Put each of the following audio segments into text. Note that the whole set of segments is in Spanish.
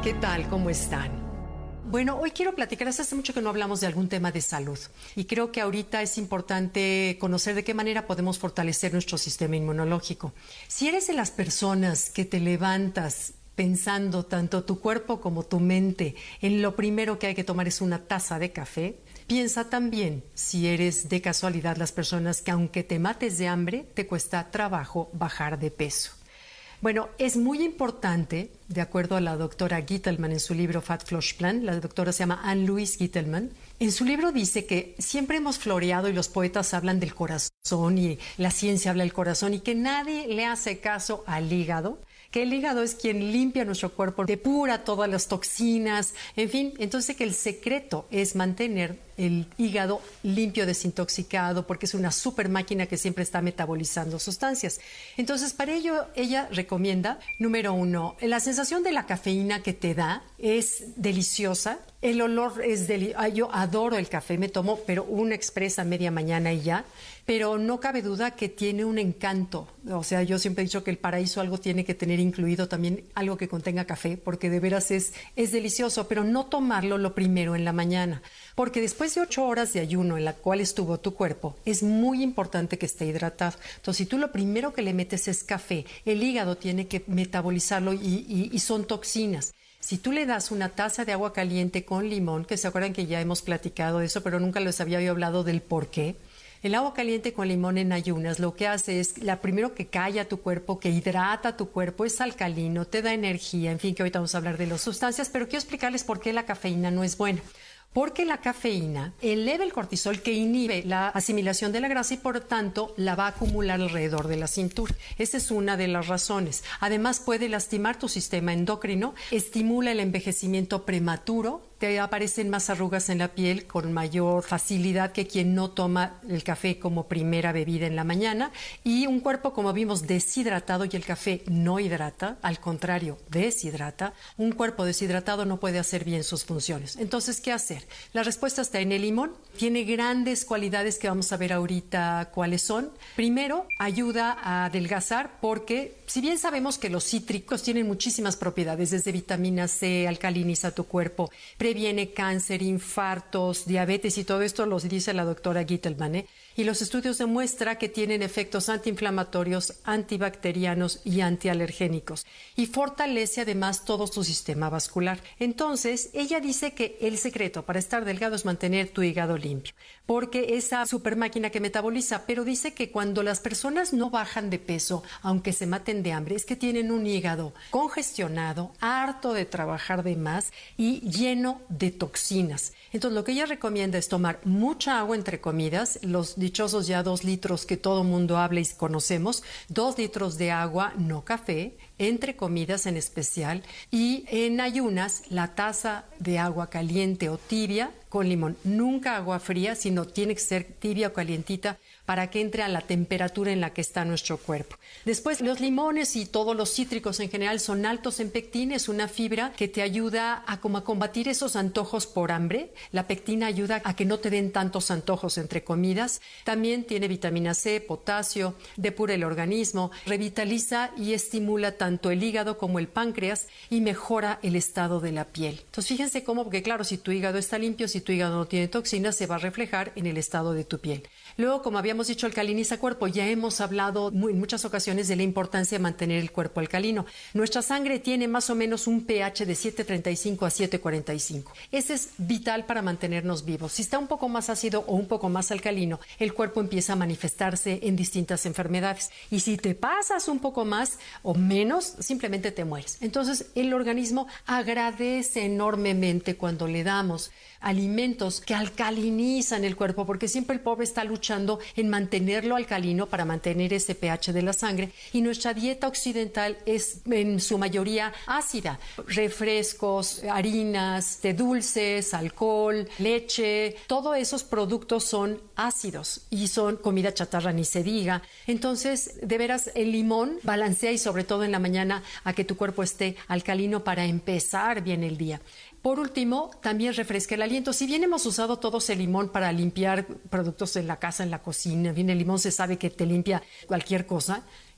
¿Qué tal? ¿Cómo están? Bueno, hoy quiero platicar, hace mucho que no hablamos de algún tema de salud y creo que ahorita es importante conocer de qué manera podemos fortalecer nuestro sistema inmunológico. Si eres de las personas que te levantas pensando tanto tu cuerpo como tu mente en lo primero que hay que tomar es una taza de café, piensa también si eres de casualidad las personas que aunque te mates de hambre, te cuesta trabajo bajar de peso. Bueno, es muy importante, de acuerdo a la doctora Gitelman en su libro Fat Flush Plan, la doctora se llama Anne-Louise Gitelman, en su libro dice que siempre hemos floreado y los poetas hablan del corazón y la ciencia habla del corazón y que nadie le hace caso al hígado, que el hígado es quien limpia nuestro cuerpo, depura todas las toxinas, en fin, entonces que el secreto es mantener el hígado limpio, desintoxicado, porque es una super máquina que siempre está metabolizando sustancias. Entonces, para ello, ella recomienda, número 1, la sensación de la cafeína que te da es deliciosa. El olor es delicioso. Yo adoro el café, me tomo, pero una expresa a media mañana y ya. Pero no cabe duda que tiene un encanto. O sea, yo siempre he dicho que el paraíso algo tiene que tener incluido también algo que contenga café, porque de veras es delicioso, pero no tomarlo lo primero en la mañana. Porque después de 8 horas de ayuno en la cual estuvo tu cuerpo, es muy importante que esté hidratado. Entonces, si tú lo primero que le metes es café, el hígado tiene que metabolizarlo y son toxinas. Si tú le das una taza de agua caliente con limón, que se acuerdan que ya hemos platicado de eso, pero nunca les había yo hablado del por qué. El agua caliente con limón en ayunas lo que hace es, primero que calla tu cuerpo, que hidrata tu cuerpo, es alcalino, te da energía, en fin, que ahorita vamos a hablar de las sustancias, pero quiero explicarles por qué la cafeína no es buena. Porque la cafeína eleva el cortisol que inhibe la asimilación de la grasa y por tanto la va a acumular alrededor de la cintura. Esa es una de las razones. Además puede lastimar tu sistema endocrino, estimula el envejecimiento prematuro, te aparecen más arrugas en la piel con mayor facilidad que quien no toma el café como primera bebida en la mañana y un cuerpo, como vimos, deshidratado, y el café no hidrata, al contrario, deshidrata. Un cuerpo deshidratado no puede hacer bien sus funciones. Entonces, ¿qué hacer? La respuesta está en el limón. Tiene grandes cualidades que vamos a ver ahorita cuáles son. Primero, ayuda a adelgazar porque, si bien sabemos que los cítricos tienen muchísimas propiedades, desde vitamina C, alcaliniza tu cuerpo, previene cáncer, infartos, diabetes y todo esto lo dice la doctora Gitelman, Y los estudios demuestran que tienen efectos antiinflamatorios, antibacterianos y antialergénicos. Y fortalece además todo tu sistema vascular. Entonces, ella dice que el secreto para estar delgado es mantener tu hígado limpio. Porque esa super máquina que metaboliza, pero dice que cuando las personas no bajan de peso, aunque se maten de hambre, es que tienen un hígado congestionado, harto de trabajar de más y lleno de toxinas. Entonces, lo que ella recomienda es tomar mucha agua entre comidas, los dichosos ya 2 litros que todo mundo habla y conocemos, 2 litros de agua, no café, entre comidas en especial, y en ayunas la taza de agua caliente o tibia con limón. Nunca agua fría, sino tiene que ser tibia o calientita para que entre a la temperatura en la que está nuestro cuerpo. Después, los limones y todos los cítricos en general son altos en pectina, es una fibra que te ayuda a combatir esos antojos por hambre. La pectina ayuda a que no te den tantos antojos entre comidas. También tiene vitamina C, potasio, depura el organismo, revitaliza y estimula tanto el hígado como el páncreas y mejora el estado de la piel. Entonces, fíjense cómo, porque claro, si tu hígado está limpio, si tu hígado no tiene toxinas, se va a reflejar en el estado de tu piel. Luego, como habíamos dicho, alcaliniza cuerpo. Ya hemos hablado en muchas ocasiones de la importancia de mantener el cuerpo alcalino. Nuestra sangre tiene más o menos un pH de 7.35 a 7.45. Ese es vital para mantenernos vivos. Si está un poco más ácido o un poco más alcalino, el cuerpo empieza a manifestarse en distintas enfermedades. Y si te pasas un poco más o menos, simplemente te mueres. Entonces, el organismo agradece enormemente cuando le damos alimentos que alcalinizan el cuerpo, porque siempre el pobre está luchando en mantenerlo alcalino para mantener ese pH de la sangre, y nuestra dieta occidental es en su mayoría ácida. Refrescos, harinas, dulces, alcohol, leche, todos esos productos son ácidos y son comida chatarra, ni se diga. Entonces, de veras, el limón balancea, y sobre todo en la mañana, a que tu cuerpo esté alcalino para empezar bien el día. Por último, también refresca el aliento. Si bien hemos usado todos el limón para limpiar productos en la casa, en la cocina, bien, el limón se sabe que te limpia cualquier cosa,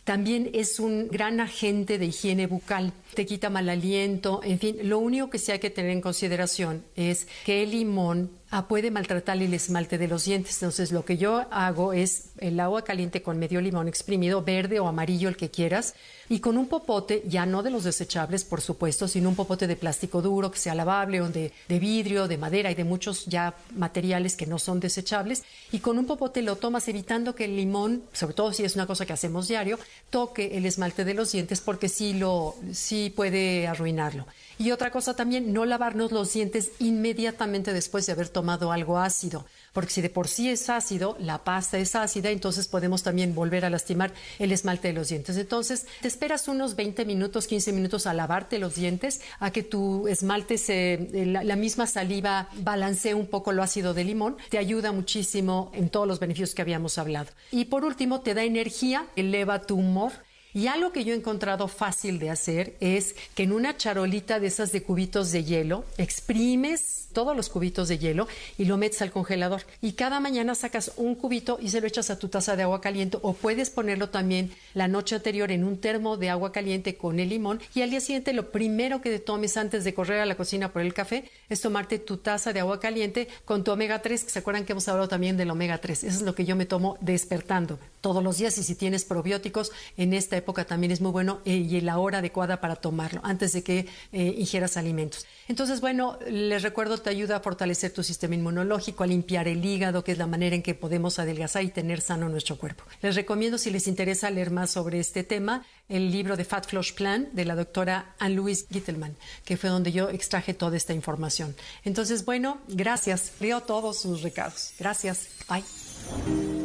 También es un gran agente de higiene bucal, te quita mal aliento, en fin, lo único que sí hay que tener en consideración es que el limón puede maltratar el esmalte de los dientes. Entonces, lo que yo hago es el agua caliente con medio limón exprimido, verde o amarillo, el que quieras, y con un popote, ya no de los desechables, por supuesto, sino un popote de plástico duro que sea lavable, o de vidrio, de madera y de muchos ya materiales que no son desechables, y con un popote lo tomas evitando que el limón, sobre todo si es una cosa que hacemos diario, toque el esmalte de los dientes, porque sí puede arruinarlo. Y otra cosa también, no lavarnos los dientes inmediatamente después de haber tomado algo ácido, porque si de por sí es ácido, la pasta es ácida, entonces podemos también volver a lastimar el esmalte de los dientes. Entonces, te esperas unos 20 minutos, 15 minutos a lavarte los dientes, a que tu esmalte, la misma saliva balancee un poco lo ácido del limón, te ayuda muchísimo en todos los beneficios que habíamos hablado. Y por último, te da energía, eleva tu humor. Y algo que yo he encontrado fácil de hacer es que en una charolita de esas de cubitos de hielo, exprimes todos los cubitos de hielo y lo metes al congelador. Y cada mañana sacas un cubito y se lo echas a tu taza de agua caliente, o puedes ponerlo también la noche anterior en un termo de agua caliente con el limón, y al día siguiente lo primero que te tomes antes de correr a la cocina por el café es tomarte tu taza de agua caliente con tu omega 3, que se acuerdan que hemos hablado también del omega 3. Eso es lo que yo me tomo despertando todos los días, y si tienes probióticos en esta época también es muy bueno, y la hora adecuada para tomarlo antes de que ingieras alimentos. Entonces, bueno, les recuerdo, te ayuda a fortalecer tu sistema inmunológico, a limpiar el hígado, que es la manera en que podemos adelgazar y tener sano nuestro cuerpo. Les recomiendo, si les interesa leer más sobre este tema, el libro de Fat Flush Plan de la doctora Ann-Louise Gittelman, que fue donde yo extraje toda esta información. Entonces, bueno, gracias. Leo todos sus recados. Gracias. Bye.